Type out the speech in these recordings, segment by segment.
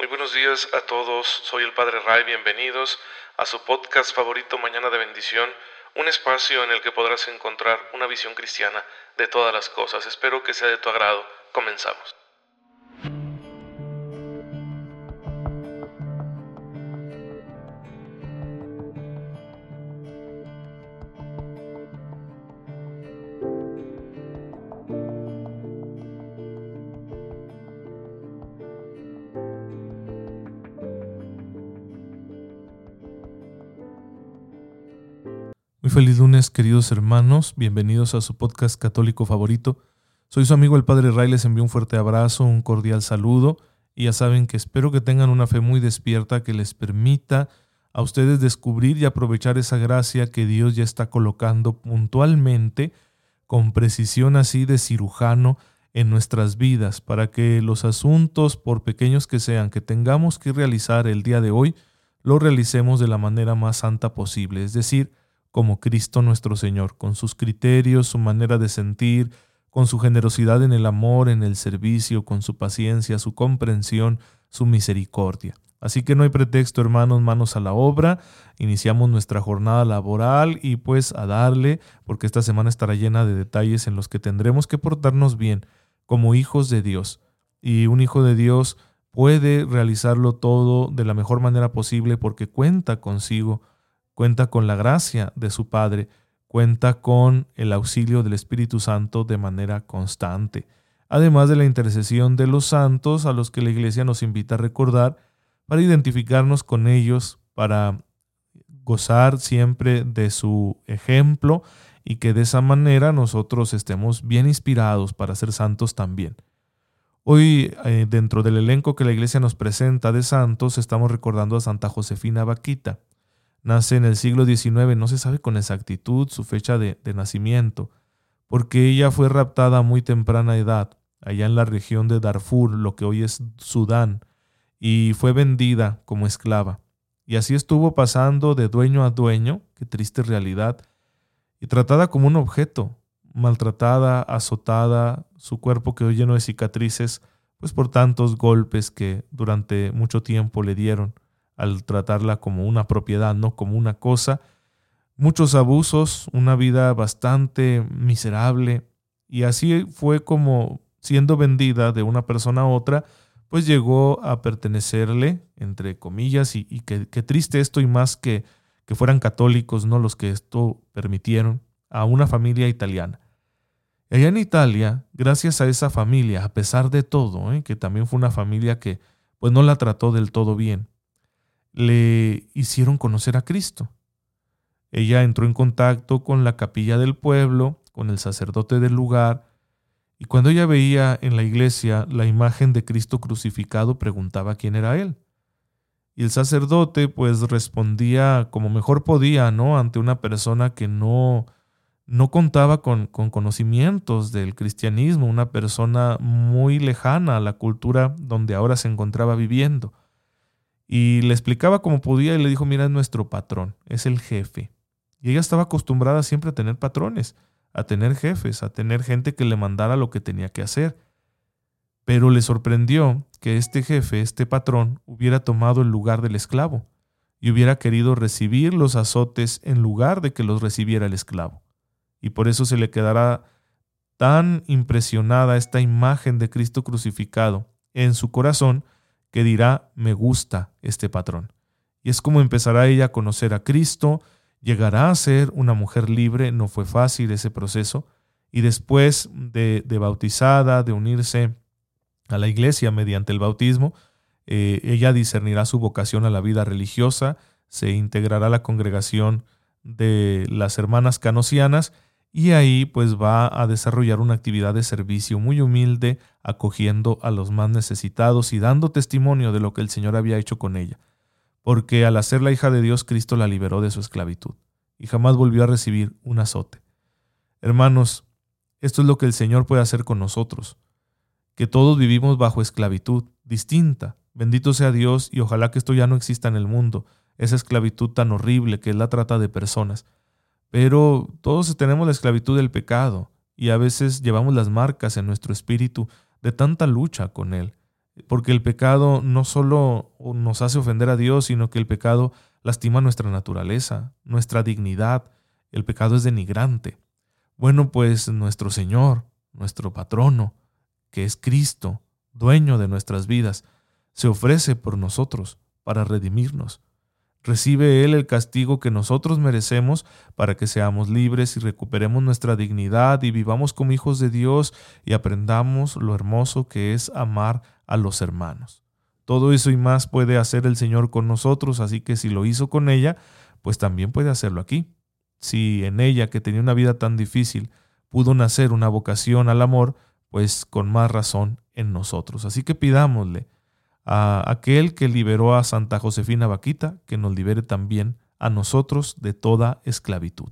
Muy buenos días a todos, soy el Padre Ray, bienvenidos a su podcast favorito Mañana de Bendición, un espacio en el que podrás encontrar una visión cristiana de todas las cosas. Espero que sea de tu agrado. Comenzamos. Muy feliz lunes, queridos hermanos, bienvenidos a su podcast católico favorito. Soy su amigo el Padre Ray, les envío un fuerte abrazo, un cordial saludo y ya saben que espero que tengan una fe muy despierta que les permita a ustedes descubrir y aprovechar esa gracia que Dios ya está colocando puntualmente, con precisión así de cirujano en nuestras vidas, para que los asuntos, por pequeños que sean, que tengamos que realizar el día de hoy, lo realicemos de la manera más santa posible, es decir, como Cristo nuestro Señor, con sus criterios, su manera de sentir, con su generosidad en el amor, en el servicio, con su paciencia, su comprensión, su misericordia. Así que no hay pretexto, hermanos, manos a la obra. Iniciamos nuestra jornada laboral y pues a darle, porque esta semana estará llena de detalles en los que tendremos que portarnos bien como hijos de Dios. Y un hijo de Dios puede realizarlo todo de la mejor manera posible porque cuenta consigo, cuenta con la gracia de su Padre, cuenta con el auxilio del Espíritu Santo de manera constante, además de la intercesión de los santos a los que la Iglesia nos invita a recordar para identificarnos con ellos, para gozar siempre de su ejemplo y que de esa manera nosotros estemos bien inspirados para ser santos también. Hoy, dentro del elenco que la Iglesia nos presenta de santos, estamos recordando a Santa Josefina Bakhita. Nace en el siglo XIX, no se sabe con exactitud su fecha de nacimiento, porque ella fue raptada a muy temprana edad, allá en la región de Darfur, lo que hoy es Sudán, y fue vendida como esclava. Y así estuvo pasando de dueño a dueño, qué triste realidad, y tratada como un objeto, maltratada, azotada, su cuerpo quedó lleno de cicatrices, pues por tantos golpes que durante mucho tiempo le dieron, al tratarla como una propiedad, no como una cosa. Muchos abusos, una vida bastante miserable, y así fue como, siendo vendida de una persona a otra, pues llegó a pertenecerle, entre comillas, y qué triste esto, y más que fueran católicos, no los que esto permitieron, a una familia italiana. Y allá en Italia, gracias a esa familia, a pesar de todo, que también fue una familia que pues no la trató del todo bien, le hicieron conocer a Cristo. Ella entró en contacto con la capilla del pueblo, con el sacerdote del lugar, y cuando ella veía en la iglesia la imagen de Cristo crucificado, preguntaba quién era él. Y el sacerdote pues respondía como mejor podía, ¿no?, ante una persona que no contaba con conocimientos del cristianismo, una persona muy lejana a la cultura donde ahora se encontraba viviendo. Y le explicaba como podía y le dijo, mira, es nuestro patrón, es el jefe. Y ella estaba acostumbrada siempre a tener patrones, a tener jefes, a tener gente que le mandara lo que tenía que hacer. Pero le sorprendió que este jefe, este patrón, hubiera tomado el lugar del esclavo y hubiera querido recibir los azotes en lugar de que los recibiera el esclavo. Y por eso se le quedará tan impresionada esta imagen de Cristo crucificado en su corazón, que dirá, me gusta este patrón. Y es como empezará ella a conocer a Cristo, llegará a ser una mujer libre, no fue fácil ese proceso, y después de bautizada, de unirse a la iglesia mediante el bautismo, ella discernirá su vocación a la vida religiosa, se integrará a la congregación de las hermanas canosianas, y ahí pues va a desarrollar una actividad de servicio muy humilde, acogiendo a los más necesitados y dando testimonio de lo que el Señor había hecho con ella. Porque al hacer la hija de Dios, Cristo la liberó de su esclavitud y jamás volvió a recibir un azote. Hermanos, esto es lo que el Señor puede hacer con nosotros, que todos vivimos bajo esclavitud distinta. Bendito sea Dios y ojalá que esto ya no exista en el mundo, esa esclavitud tan horrible que es la trata de personas. Pero todos tenemos la esclavitud del pecado y a veces llevamos las marcas en nuestro espíritu de tanta lucha con él. porque el pecado no solo nos hace ofender a Dios, sino que el pecado lastima nuestra naturaleza, nuestra dignidad. El pecado es denigrante. Bueno, pues nuestro Señor, nuestro patrono, que es Cristo, dueño de nuestras vidas, se ofrece por nosotros para redimirnos. Recibe Él el castigo que nosotros merecemos para que seamos libres y recuperemos nuestra dignidad y vivamos como hijos de Dios y aprendamos lo hermoso que es amar a los hermanos. Todo eso y más puede hacer el Señor con nosotros, así que si lo hizo con ella, pues también puede hacerlo aquí. Si en ella, que tenía una vida tan difícil, pudo nacer una vocación al amor, pues con más razón en nosotros. Así que pidámosle a aquel que liberó a Santa Josefina Vaquita, que nos libere también a nosotros de toda esclavitud.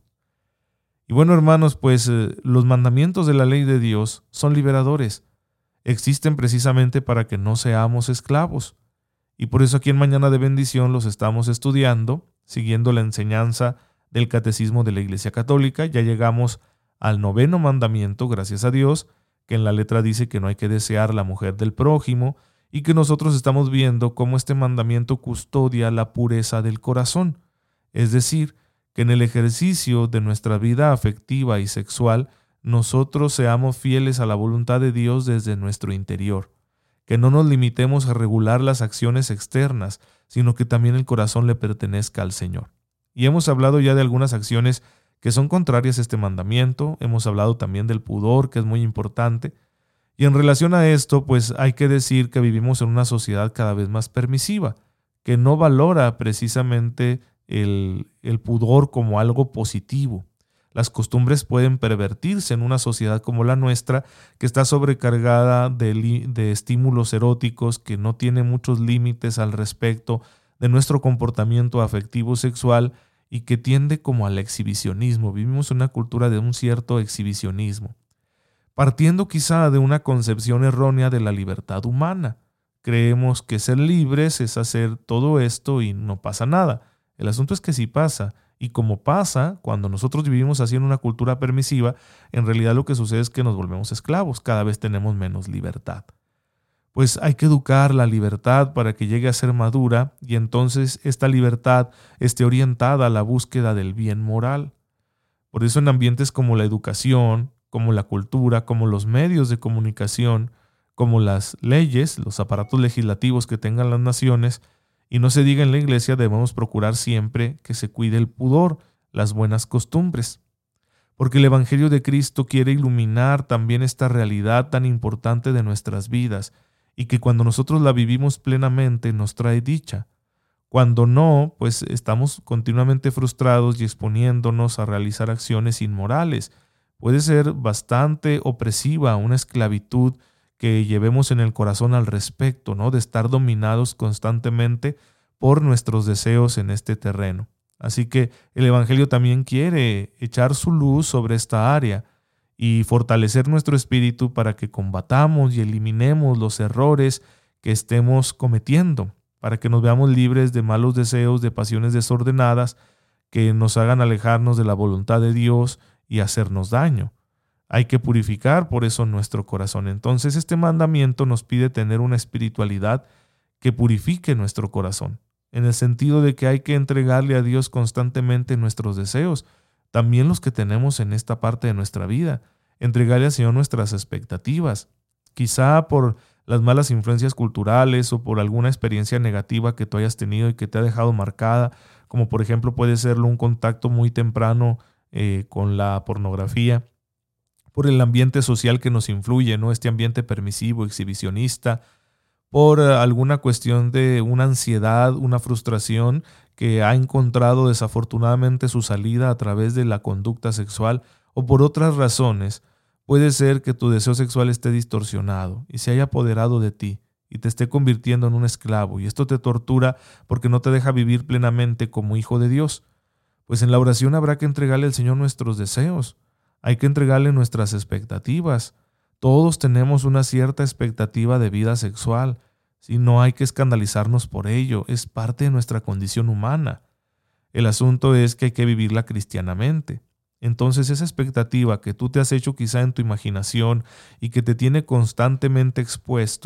Y bueno, hermanos, pues los mandamientos de la ley de Dios son liberadores. Existen precisamente para que no seamos esclavos. Y por eso aquí en Mañana de Bendición los estamos estudiando, siguiendo la enseñanza del Catecismo de la Iglesia Católica. Ya llegamos al 9º mandamiento, gracias a Dios, que en la letra dice que no hay que desear la mujer del prójimo, y que nosotros estamos viendo cómo este mandamiento custodia la pureza del corazón. Es decir, que en el ejercicio de nuestra vida afectiva y sexual, nosotros seamos fieles a la voluntad de Dios desde nuestro interior. Que no nos limitemos a regular las acciones externas, sino que también el corazón le pertenezca al Señor. Y hemos hablado ya de algunas acciones que son contrarias a este mandamiento. Hemos hablado también del pudor, que es muy importante. Y en relación a esto, pues hay que decir que vivimos en una sociedad cada vez más permisiva, que no valora precisamente el pudor como algo positivo. Las costumbres pueden pervertirse en una sociedad como la nuestra, que está sobrecargada de estímulos eróticos, que no tiene muchos límites al respecto de nuestro comportamiento afectivo sexual y que tiende como al exhibicionismo. Vivimos en una cultura de un cierto exhibicionismo, partiendo quizá de una concepción errónea de la libertad humana. Creemos que ser libres es hacer todo esto y no pasa nada. El asunto es que sí pasa, y como pasa, cuando nosotros vivimos así en una cultura permisiva, en realidad lo que sucede es que nos volvemos esclavos, cada vez tenemos menos libertad. Pues hay que educar la libertad para que llegue a ser madura y entonces esta libertad esté orientada a la búsqueda del bien moral. Por eso en ambientes como la educación, como la cultura, como los medios de comunicación, como las leyes, los aparatos legislativos que tengan las naciones, y no se diga en la iglesia, debemos procurar siempre que se cuide el pudor, las buenas costumbres. Porque el Evangelio de Cristo quiere iluminar también esta realidad tan importante de nuestras vidas, y que cuando nosotros la vivimos plenamente nos trae dicha. Cuando no, pues estamos continuamente frustrados y exponiéndonos a realizar acciones inmorales. Puede ser bastante opresiva una esclavitud que llevemos en el corazón al respecto, ¿no? De estar dominados constantemente por nuestros deseos en este terreno. Así que el Evangelio también quiere echar su luz sobre esta área y fortalecer nuestro espíritu para que combatamos y eliminemos los errores que estemos cometiendo, para que nos veamos libres de malos deseos, de pasiones desordenadas que nos hagan alejarnos de la voluntad de Dios y hacernos daño. Hay que purificar por eso nuestro corazón. Entonces este mandamiento nos pide tener una espiritualidad que purifique nuestro corazón, en el sentido de que hay que entregarle a Dios constantemente nuestros deseos, también los que tenemos en esta parte de nuestra vida, entregarle al Señor nuestras expectativas, quizá por las malas influencias culturales o por alguna experiencia negativa que tú hayas tenido y que te ha dejado marcada, como por ejemplo puede serlo un contacto muy temprano con la pornografía, por el ambiente social que nos influye, ¿no? Este ambiente permisivo, exhibicionista, por alguna cuestión de una ansiedad, una frustración que ha encontrado desafortunadamente su salida a través de la conducta sexual, o por otras razones. Puede ser que tu deseo sexual esté distorsionado y se haya apoderado de ti y te esté convirtiendo en un esclavo, y esto te tortura porque no te deja vivir plenamente como hijo de Dios. Pues en la oración habrá que entregarle al Señor nuestros deseos, hay que entregarle nuestras expectativas. Todos tenemos una cierta expectativa de vida sexual, si no hay que escandalizarnos por ello, es parte de nuestra condición humana. El asunto es que hay que vivirla cristianamente. Entonces esa expectativa que tú te has hecho quizá en tu imaginación y que te tiene constantemente expuesto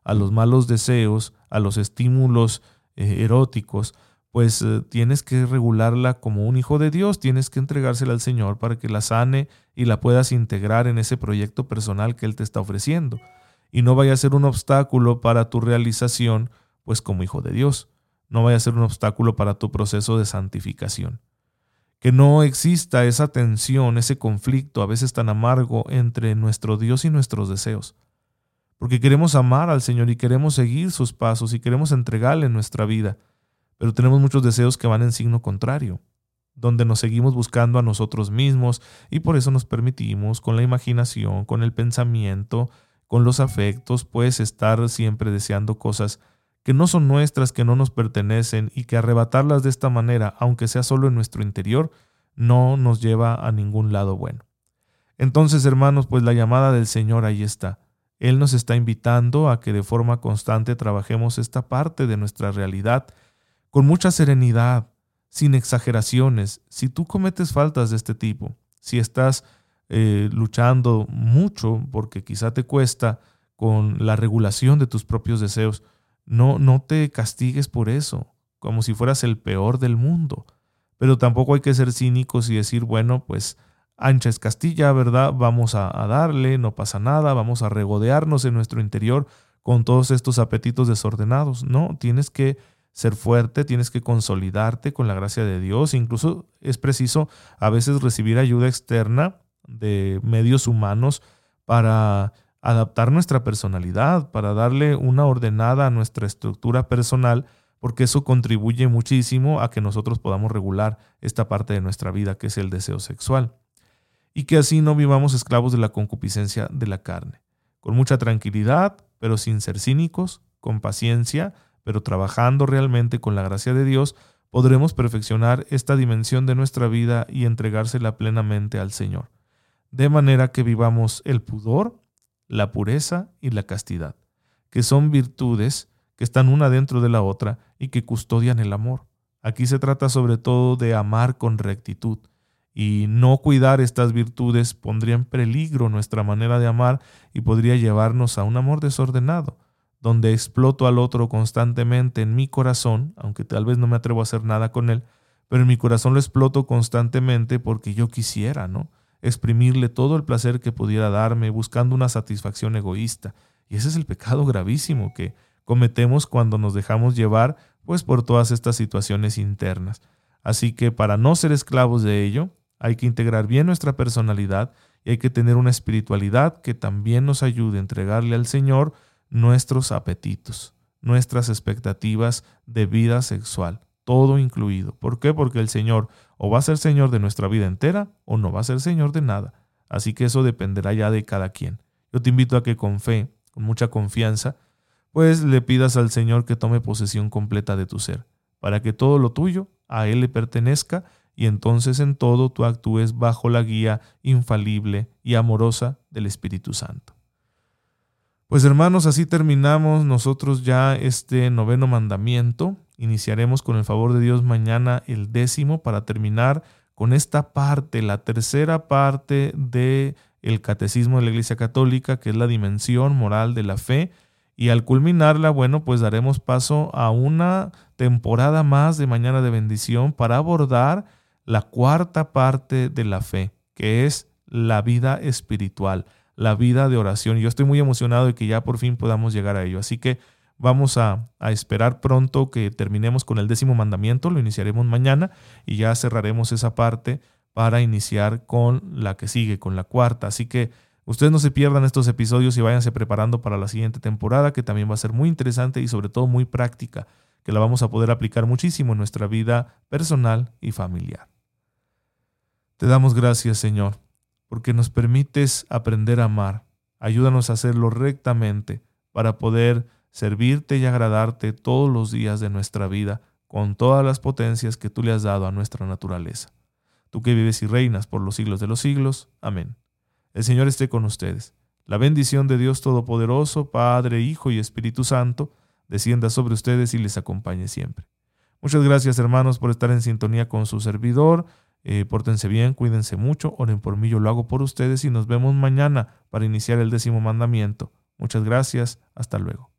a los malos deseos, a los estímulos eróticos, pues tienes que regularla como un hijo de Dios, tienes que entregársela al Señor para que la sane y la puedas integrar en ese proyecto personal que Él te está ofreciendo. Y no vaya a ser un obstáculo para tu realización, pues como hijo de Dios. No vaya a ser un obstáculo para tu proceso de santificación. Que no exista esa tensión, ese conflicto a veces tan amargo entre nuestro Dios y nuestros deseos. Porque queremos amar al Señor y queremos seguir sus pasos y queremos entregarle nuestra vida. Pero tenemos muchos deseos que van en signo contrario, donde nos seguimos buscando a nosotros mismos y por eso nos permitimos con la imaginación, con el pensamiento, con los afectos, pues estar siempre deseando cosas que no son nuestras, que no nos pertenecen y que arrebatarlas de esta manera, aunque sea solo en nuestro interior, no nos lleva a ningún lado bueno. Entonces, hermanos, pues la llamada del Señor ahí está. Él nos está invitando a que de forma constante trabajemos esta parte de nuestra realidad con mucha serenidad, sin exageraciones. Si tú cometes faltas de este tipo, si estás luchando mucho porque quizá te cuesta con la regulación de tus propios deseos, no te castigues por eso, como si fueras el peor del mundo. Pero tampoco hay que ser cínicos y decir, bueno, pues ancha es Castilla, ¿verdad? Vamos a darle, no pasa nada, vamos a regodearnos en nuestro interior con todos estos apetitos desordenados. No, tienes que ser fuerte, tienes que consolidarte con la gracia de Dios. Incluso es preciso a veces recibir ayuda externa de medios humanos para adaptar nuestra personalidad, para darle una ordenada a nuestra estructura personal, porque eso contribuye muchísimo a que nosotros podamos regular esta parte de nuestra vida que es el deseo sexual. Y que así no vivamos esclavos de la concupiscencia de la carne. Con mucha tranquilidad, pero sin ser cínicos, con paciencia, pero trabajando realmente con la gracia de Dios, podremos perfeccionar esta dimensión de nuestra vida y entregársela plenamente al Señor. De manera que vivamos el pudor, la pureza y la castidad, que son virtudes que están una dentro de la otra y que custodian el amor. Aquí se trata sobre todo de amar con rectitud, y no cuidar estas virtudes pondría en peligro nuestra manera de amar y podría llevarnos a un amor desordenado, donde exploto al otro constantemente en mi corazón, aunque tal vez no me atrevo a hacer nada con él, pero en mi corazón lo exploto constantemente porque yo quisiera, ¿no?, exprimirle todo el placer que pudiera darme, buscando una satisfacción egoísta. Y ese es el pecado gravísimo que cometemos cuando nos dejamos llevar, pues, por todas estas situaciones internas. Así que para no ser esclavos de ello, hay que integrar bien nuestra personalidad y hay que tener una espiritualidad que también nos ayude a entregarle al Señor nuestros apetitos, nuestras expectativas de vida sexual, todo incluido. ¿Por qué? Porque el Señor o va a ser Señor de nuestra vida entera o no va a ser Señor de nada. Así que eso dependerá ya de cada quien. Yo te invito a que con fe, con mucha confianza, pues le pidas al Señor que tome posesión completa de tu ser, para que todo lo tuyo a Él le pertenezca y entonces en todo tú actúes bajo la guía infalible y amorosa del Espíritu Santo. Pues hermanos, así terminamos nosotros ya este 9º mandamiento. Iniciaremos con el favor de Dios mañana el 10º para terminar con esta parte, la tercera parte del Catecismo de la Iglesia Católica, que es la dimensión moral de la fe. Y al culminarla, bueno, pues daremos paso a una temporada más de Mañana de Bendición para abordar la cuarta parte de la fe, que es la vida espiritual, la vida de oración. Yo estoy muy emocionado de que ya por fin podamos llegar a ello. Así que vamos a esperar pronto que terminemos con el 10º mandamiento, lo iniciaremos mañana y ya cerraremos esa parte para iniciar con la que sigue, con la cuarta. Así que ustedes no se pierdan estos episodios y váyanse preparando para la siguiente temporada, que también va a ser muy interesante y sobre todo muy práctica, que la vamos a poder aplicar muchísimo en nuestra vida personal y familiar. Te damos gracias, Señor, porque nos permites aprender a amar. Ayúdanos a hacerlo rectamente para poder servirte y agradarte todos los días de nuestra vida con todas las potencias que tú le has dado a nuestra naturaleza. Tú que vives y reinas por los siglos de los siglos. Amén. El Señor esté con ustedes. La bendición de Dios Todopoderoso, Padre, Hijo y Espíritu Santo, descienda sobre ustedes y les acompañe siempre. Muchas gracias, hermanos, por estar en sintonía con su servidor. Pórtense bien, cuídense mucho, oren por mí, yo lo hago por ustedes y nos vemos mañana para iniciar el 10º mandamiento. Muchas gracias, hasta luego.